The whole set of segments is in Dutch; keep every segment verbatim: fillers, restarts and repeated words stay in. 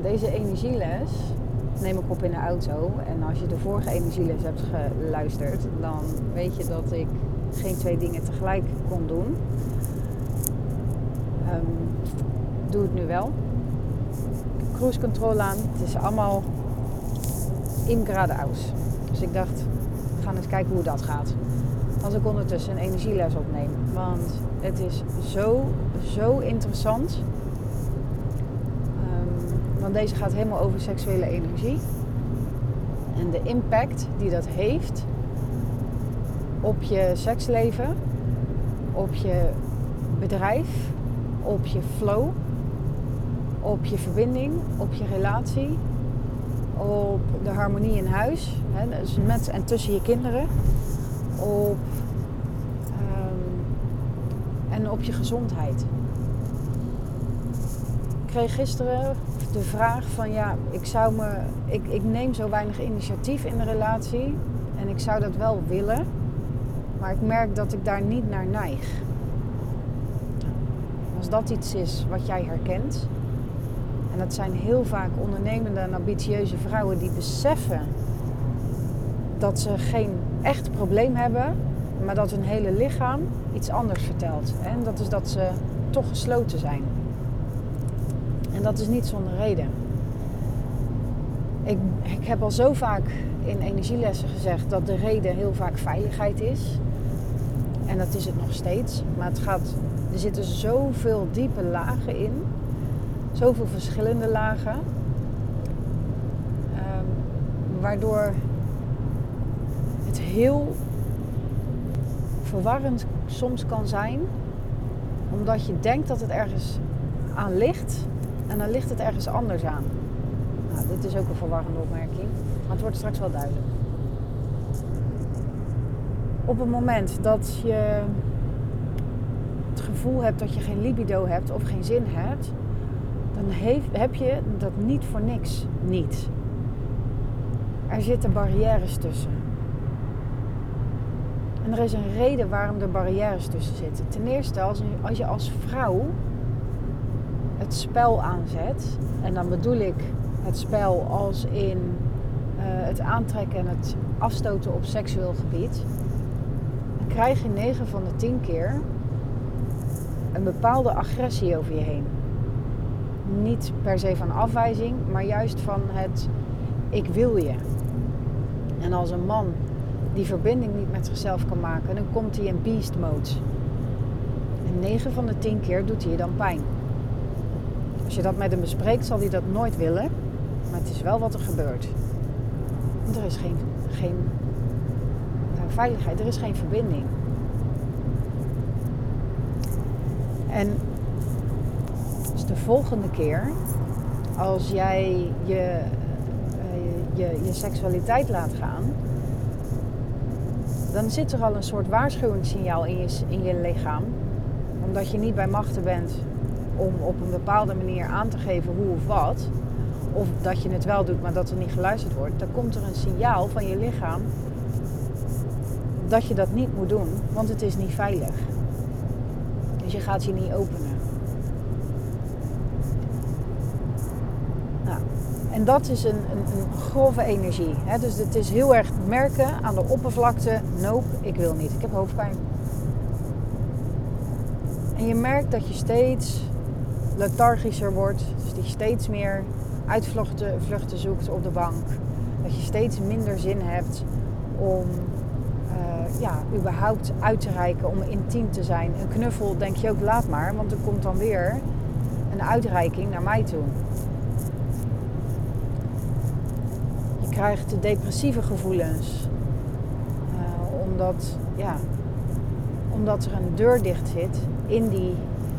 deze energieles neem ik op in de auto. En als je de vorige energieles hebt geluisterd, dan weet je dat ik geen twee dingen tegelijk kon doen. Um, doe het nu wel. Cruise control aan. Het is allemaal in geradeaus. Dus ik dacht, we gaan eens kijken hoe dat gaat. Als ik ondertussen een energieles opneem. Want het is zo, zo interessant. Um, want deze gaat helemaal over seksuele energie. En de impact die dat heeft op je seksleven, op je bedrijf, op je flow, op je verbinding, op je relatie, op de harmonie in huis, hè, dus met en tussen je kinderen, op, um, en op je gezondheid. Ik kreeg gisteren de vraag van ja, ik, zou me, ik, ik neem zo weinig initiatief in de relatie en ik zou dat wel willen, maar ik merk dat ik daar niet naar neig. Als dat iets is wat jij herkent, en dat zijn heel vaak ondernemende en ambitieuze vrouwen die beseffen dat ze geen echt probleem hebben, maar dat hun hele lichaam iets anders vertelt. En dat is dat ze toch gesloten zijn. En dat is niet zonder reden. Ik, ik heb al zo vaak in energielessen gezegd dat de reden heel vaak veiligheid is. En dat is het nog steeds. Maar het gaat, er zitten zoveel diepe lagen in. Zoveel verschillende lagen. Um, waardoor het heel verwarrend soms kan zijn. Omdat je denkt dat het ergens aan ligt. En dan ligt het ergens anders aan. Nou, dit is ook een verwarrende opmerking. Maar het wordt straks wel duidelijk. Op het moment dat je het gevoel hebt dat je geen libido hebt of geen zin hebt, dan heeft, heb je dat niet voor niks niet. Er zitten barrières tussen. En er is een reden waarom er barrières tussen zitten. Ten eerste, als, als je als vrouw het spel aanzet, en dan bedoel ik het spel als in uh, het aantrekken en het afstoten op seksueel gebied, dan krijg je negen van de tien keer een bepaalde agressie over je heen. Niet per se van afwijzing, maar juist van het ik wil je. En als een man die verbinding niet met zichzelf kan maken, dan komt hij in beast mode. En negen van de tien keer doet hij je dan pijn. Als je dat met hem bespreekt, zal hij dat nooit willen. Maar het is wel wat er gebeurt. Want er is geen, geen uh, veiligheid, er is geen verbinding. En dus de volgende keer, als jij je, uh, je, je seksualiteit laat gaan, dan zit er al een soort waarschuwingssignaal in je, in je lichaam. Omdat je niet bij machten bent om op een bepaalde manier aan te geven hoe of wat. Of dat je het wel doet, maar dat er niet geluisterd wordt. Dan komt er een signaal van je lichaam dat je dat niet moet doen, want het is niet veilig. Dus je gaat je niet openen. Nou, en dat is een, een, een grove energie. Hè? Dus het is heel erg merken aan de oppervlakte. Nope, ik wil niet. Ik heb hoofdpijn. En je merkt dat je steeds lethargischer wordt. Dus dat je steeds meer uitvluchten vluchten zoekt op de bank. Dat je steeds minder zin hebt om uh, ja, überhaupt uit te reiken, om intiem te zijn. Een knuffel denk je ook, laat maar, want er komt dan weer een uitreiking naar mij toe. Je krijgt depressieve gevoelens. Uh, omdat, ja, omdat er een deur dicht zit in die...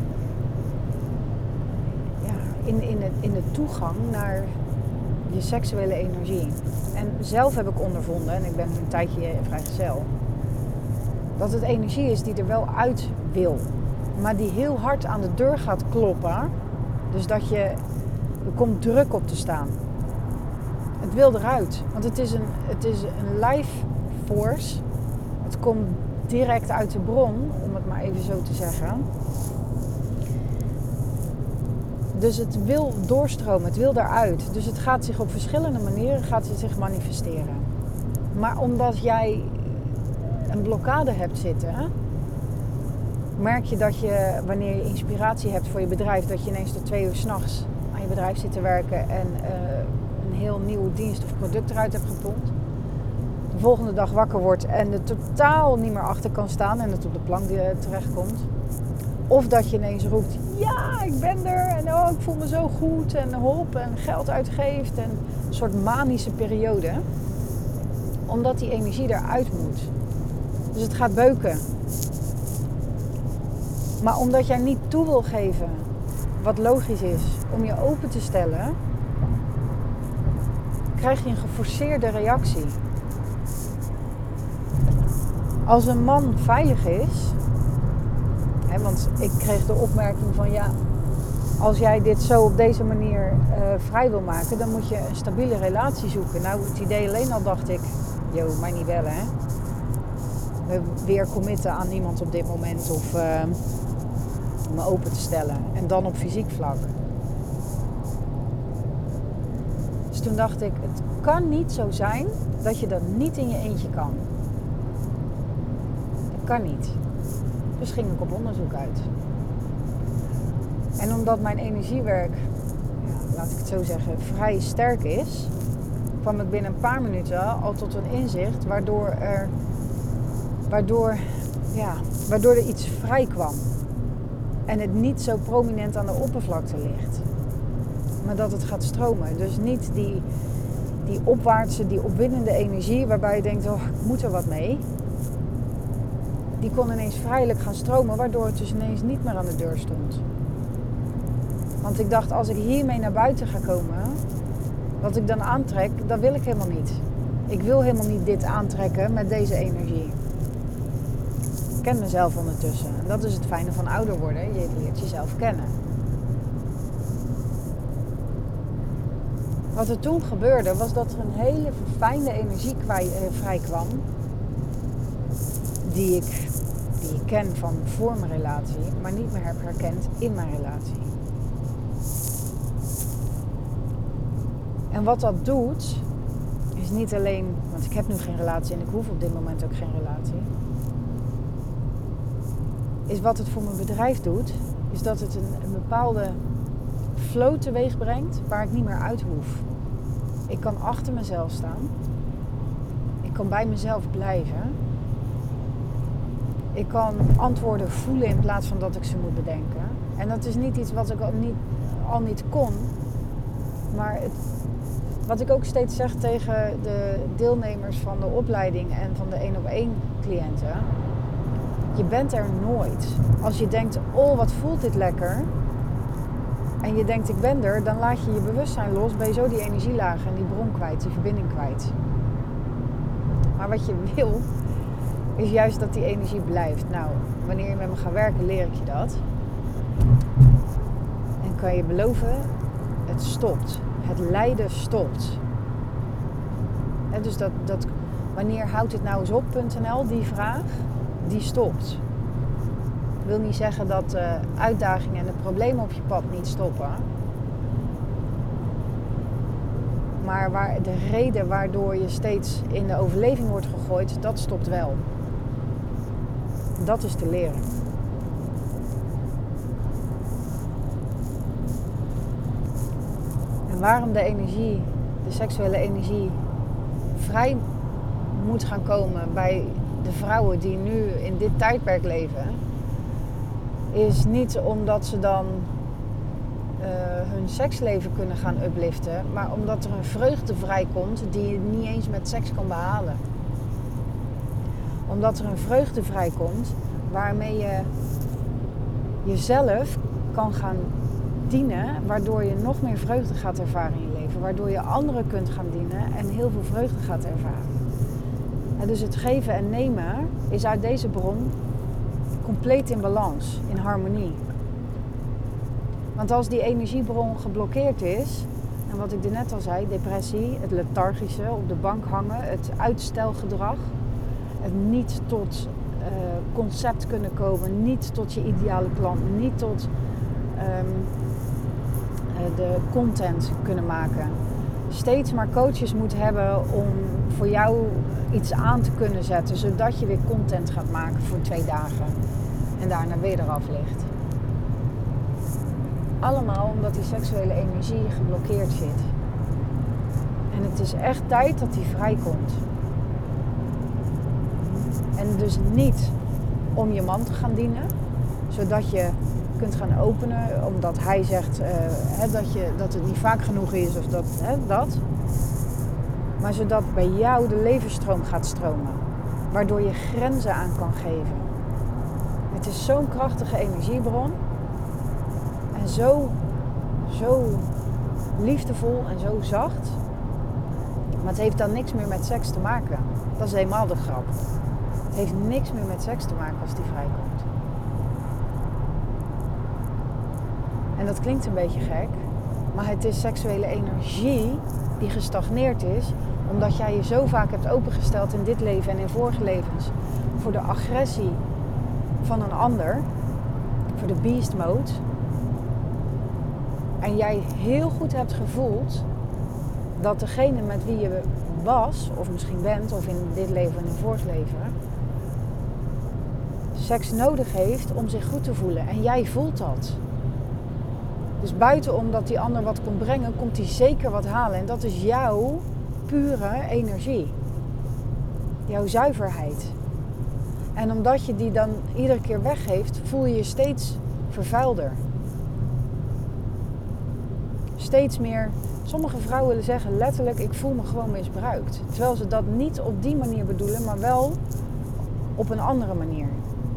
In, in, het, in de toegang naar je seksuele energie. En zelf heb ik ondervonden, en ik ben een tijdje vrijgezel, dat het energie is die er wel uit wil. Maar die heel hard aan de deur gaat kloppen. Dus dat je, er komt druk op te staan. Het wil eruit. Want het is een, het is een life force. Het komt direct uit de bron, om het maar even zo te zeggen. Dus het wil doorstromen, het wil daaruit. Dus het gaat zich op verschillende manieren gaat het zich manifesteren. Maar omdat jij een blokkade hebt zitten, merk je dat je, wanneer je inspiratie hebt voor je bedrijf, dat je ineens tot twee uur 's nachts aan je bedrijf zit te werken en uh, een heel nieuwe dienst of product eruit hebt gepompt. De volgende dag wakker wordt en er totaal niet meer achter kan staan en het op de plank terechtkomt. Of dat je ineens roept, ja, ik ben er en oh, ik voel me zo goed en hop en geld uitgeeft en een soort manische periode. Omdat die energie eruit moet. Dus het gaat beuken. Maar omdat jij niet toe wil geven wat logisch is om je open te stellen, krijg je een geforceerde reactie. Als een man veilig is, hè, want ik kreeg de opmerking van ja, als jij dit zo op deze manier uh, vrij wil maken, dan moet je een stabiele relatie zoeken. Nou, het idee alleen al dacht ik, yo, mij niet bellen hè. We weer committen aan iemand op dit moment of uh, me open te stellen. En dan op fysiek vlak. Dus toen dacht ik, het kan niet zo zijn dat je dat niet in je eentje kan. Dat kan niet. Dus ging ik op onderzoek uit. En omdat mijn energiewerk, ja, laat ik het zo zeggen, vrij sterk is, kwam ik binnen een paar minuten al tot een inzicht waardoor er, waardoor, ja, waardoor er iets vrij kwam. En het niet zo prominent aan de oppervlakte ligt. Maar dat het gaat stromen. Dus niet die, die opwaartse, die opwindende energie waarbij je denkt, oh, ik moet er wat mee. Die kon ineens vrijelijk gaan stromen, waardoor het dus ineens niet meer aan de deur stond. Want ik dacht, als ik hiermee naar buiten ga komen, wat ik dan aantrek, dat wil ik helemaal niet. Ik wil helemaal niet dit aantrekken met deze energie. Ik ken mezelf ondertussen. En dat is het fijne van ouder worden. Je leert jezelf kennen. Wat er toen gebeurde, was dat er een hele verfijnde energie kwij, eh, vrij kwam. Die ik, die ik ken van voor mijn relatie, maar niet meer heb herkend in mijn relatie. En wat dat doet, is niet alleen, want ik heb nu geen relatie en ik hoef op dit moment ook geen relatie. Is wat het voor mijn bedrijf doet, is dat het een, een bepaalde flow teweeg brengt waar ik niet meer uit hoef. Ik kan achter mezelf staan. Ik kan bij mezelf blijven. Ik kan antwoorden voelen in plaats van dat ik ze moet bedenken. En dat is niet iets wat ik al niet, al niet kon. Maar het, wat ik ook steeds zeg tegen de deelnemers van de opleiding en van de één op één cliënten. Je bent er nooit. Als je denkt, oh wat voelt dit lekker. En je denkt ik ben er, dan laat je je bewustzijn los. Ben je zo die energielagen en die bron kwijt, die verbinding kwijt. Maar wat je wil, is juist dat die energie blijft. Nou, wanneer je met me gaat werken, leer ik je dat. En kan je beloven, het stopt. Het lijden stopt. En dus dat, dat, wanneer houdt het nou eens op.nl, die vraag, die stopt. Dat wil niet zeggen dat de uitdagingen en de problemen op je pad niet stoppen. Maar waar de reden waardoor je steeds in de overleving wordt gegooid, dat stopt wel. Dat is te leren. En waarom de energie, de seksuele energie, vrij moet gaan komen bij de vrouwen die nu in dit tijdperk leven, is niet omdat ze dan uh, hun seksleven kunnen gaan upliften, maar omdat er een vreugde vrijkomt die je niet eens met seks kan behalen. Omdat er een vreugde vrijkomt waarmee je jezelf kan gaan dienen, waardoor je nog meer vreugde gaat ervaren in je leven, waardoor je anderen kunt gaan dienen en heel veel vreugde gaat ervaren. En dus het geven en nemen is uit deze bron compleet in balans, in harmonie. Want als die energiebron geblokkeerd is, en wat ik er net al zei, depressie, het lethargische, op de bank hangen, het uitstelgedrag, het niet tot uh, concept kunnen komen, niet tot je ideale klant, niet tot um, de content kunnen maken. Steeds maar coaches moet hebben om voor jou iets aan te kunnen zetten. Zodat je weer content gaat maken voor twee dagen. En daarna weer eraf ligt. Allemaal omdat die seksuele energie geblokkeerd zit. En het is echt tijd dat die vrijkomt. En dus niet om je man te gaan dienen. Zodat je kunt gaan openen. Omdat hij zegt uh, hè, dat, je, dat het niet vaak genoeg is. Of dat, hè, dat. Maar zodat bij jou de levensstroom gaat stromen. Waardoor je grenzen aan kan geven. Het is zo'n krachtige energiebron. En zo, zo liefdevol en zo zacht. Maar het heeft dan niks meer met seks te maken. Dat is helemaal de grap. Het heeft niks meer met seks te maken als die vrijkomt. En dat klinkt een beetje gek. Maar het is seksuele energie die gestagneerd is. Omdat jij je zo vaak hebt opengesteld in dit leven en in vorige levens. Voor de agressie van een ander. Voor de beast mode. En jij heel goed hebt gevoeld dat degene met wie je was, of misschien bent, of in dit leven en in vorig leven, seks nodig heeft om zich goed te voelen. En jij voelt dat. Dus buiten omdat die ander wat komt brengen, komt hij zeker wat halen. En dat is jouw pure energie. Jouw zuiverheid. En omdat je die dan iedere keer weggeeft, voel je je steeds vervuilder. Steeds meer. Sommige vrouwen willen zeggen letterlijk, ik voel me gewoon misbruikt. Terwijl ze dat niet op die manier bedoelen, maar wel op een andere manier.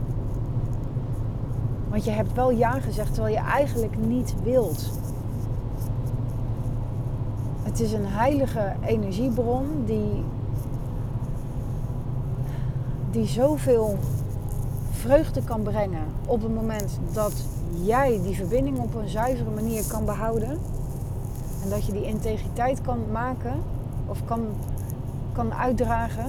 Want je hebt wel ja gezegd, terwijl je eigenlijk niet wilt. Het is een heilige energiebron die, die zoveel vreugde kan brengen op het moment dat jij die verbinding op een zuivere manier kan behouden. En dat je die integriteit kan maken of kan, kan uitdragen.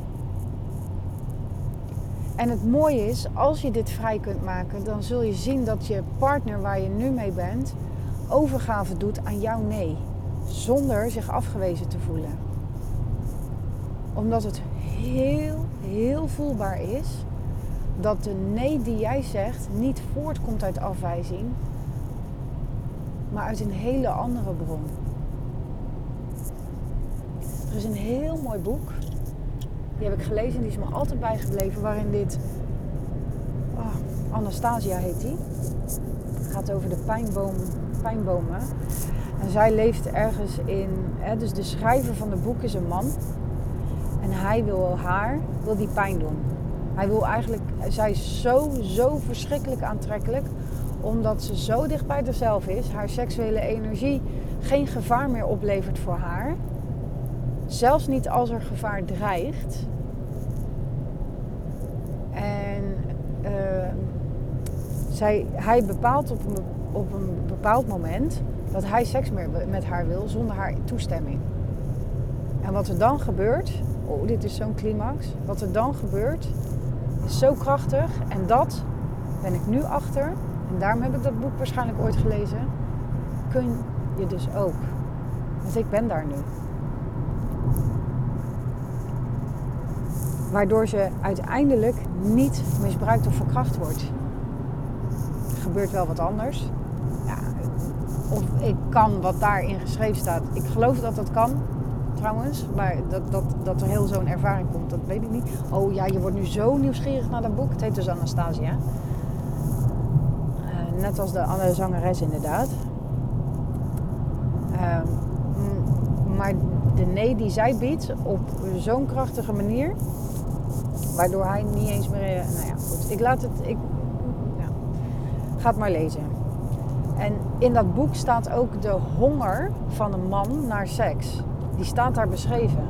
En het mooie is, als je dit vrij kunt maken, dan zul je zien dat je partner waar je nu mee bent overgave doet aan jouw nee. Zonder zich afgewezen te voelen. Omdat het heel, heel voelbaar is dat de nee die jij zegt niet voortkomt uit afwijzing, maar uit een hele andere bron. Er is een heel mooi boek. Die heb ik gelezen en die is me altijd bijgebleven. Waarin dit... Oh, Anastasia heet die. Het gaat over de pijnboom, pijnbomen. En zij leeft ergens in... Hè, dus de schrijver van het boek is een man. En hij wil haar, wil die pijn doen. Hij wil eigenlijk... Zij is zo, zo verschrikkelijk aantrekkelijk. Omdat ze zo dicht bij haarzelf is. Haar seksuele energie geen gevaar meer oplevert voor haar. Zelfs niet als er gevaar dreigt. En uh, zij, hij bepaalt op een, op een bepaald moment dat hij seks meer met haar wil zonder haar toestemming. En wat er dan gebeurt, oh dit is zo'n climax, wat er dan gebeurt is zo krachtig. En dat ben ik nu achter, en daarom heb ik dat boek waarschijnlijk ooit gelezen, kun je dus ook. Want ik ben daar nu. Waardoor ze uiteindelijk niet misbruikt of verkracht wordt. Er gebeurt wel wat anders. Ja, of ik kan wat daarin geschreven staat. Ik geloof dat dat kan, trouwens. Maar dat, dat, dat er heel zo'n ervaring komt, dat weet ik niet. Oh ja, je wordt nu zo nieuwsgierig naar dat boek. Het heet dus Anastasia. Uh, net als de andere zangeres inderdaad. Uh, m- maar de nee die zij biedt op zo'n krachtige manier... Waardoor hij niet eens meer... Nou ja, goed. Ik laat het... Ik, ja. Ga het maar lezen. En in dat boek staat ook de honger van een man naar seks. Die staat daar beschreven.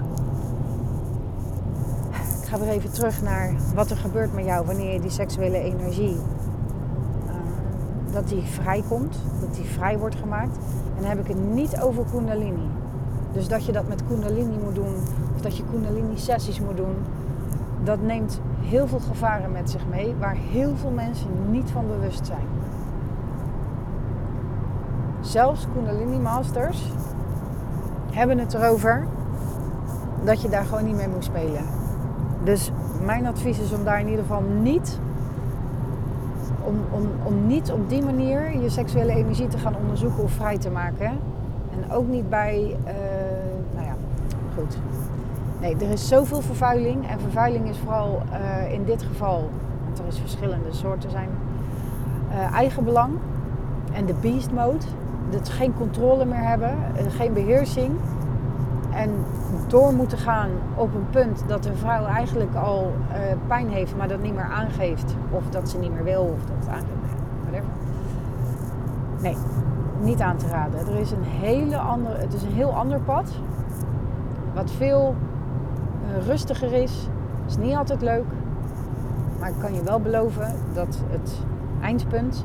Ik ga weer even terug naar wat er gebeurt met jou wanneer je die seksuele energie... Uh, dat die vrijkomt. Dat die vrij wordt gemaakt. En dan heb ik het niet over Kundalini. Dus dat je dat met Kundalini moet doen. Of dat je Kundalini sessies moet doen. Dat neemt heel veel gevaren met zich mee, waar heel veel mensen niet van bewust zijn. zelfs Kundalini Masters hebben het erover dat je daar gewoon niet mee moet spelen. Dus mijn advies is om daar in ieder geval niet, om, om, om niet op die manier je seksuele energie te gaan onderzoeken of vrij te maken. En ook niet bij, uh, nou ja, goed. Nee, er is zoveel vervuiling. En vervuiling is vooral uh, in dit geval, want er is verschillende soorten zijn, uh, eigenbelang. En de beast mode. Dat geen controle meer hebben, uh, geen beheersing. En door moeten gaan op een punt dat een vrouw eigenlijk al uh, pijn heeft, maar dat niet meer aangeeft. Of dat ze niet meer wil, of dat het aangeeft. Whatever. Nee, niet aan te raden. Er is een hele andere, het is een heel ander pad. Wat veel uh, rustiger is. Is niet altijd leuk. Maar ik kan je wel beloven dat het eindpunt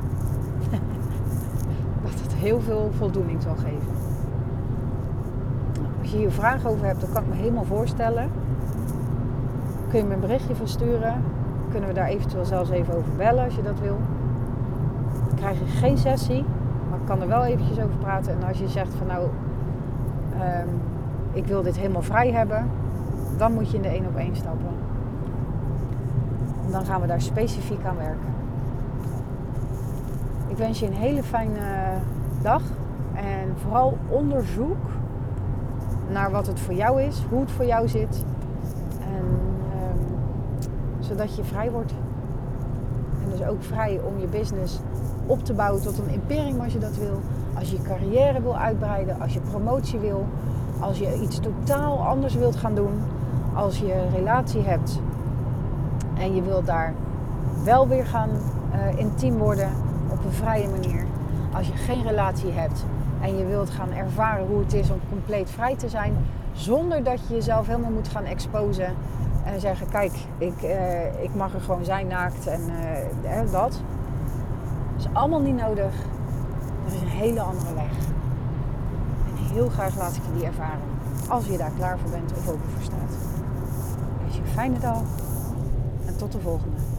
dat het heel veel voldoening zal geven. Als je hier vragen over hebt, dan kan ik me helemaal voorstellen. Kun je me een berichtje versturen. Kunnen we daar eventueel zelfs even over bellen als je dat wil. Dan krijg je geen sessie, maar ik kan er wel eventjes over praten. En als je zegt van nou, um, ik wil dit helemaal vrij hebben, dan moet je in de één op één stappen. En dan gaan we daar specifiek aan werken. Ik wens je een hele fijne dag. En vooral onderzoek naar wat het voor jou is, hoe het voor jou zit. En um, zodat je vrij wordt. En dus ook vrij om je business op te bouwen tot een imperium als je dat wil. Als je je carrière wil uitbreiden, als je promotie wil. Als je iets totaal anders wilt gaan doen. Als je een relatie hebt en je wilt daar wel weer gaan uh, intiem worden op een vrije manier. Als je geen relatie hebt en je wilt gaan ervaren hoe het is om compleet vrij te zijn, zonder dat je jezelf helemaal moet gaan exposen en zeggen, kijk, ik, uh, ik mag er gewoon zijn naakt en uh, eh, dat. Dat is allemaal niet nodig. Er is een hele andere weg. En heel graag laat ik je die ervaren, als je daar klaar voor bent of open voor staat. Ik wens je een fijne dag en tot de volgende.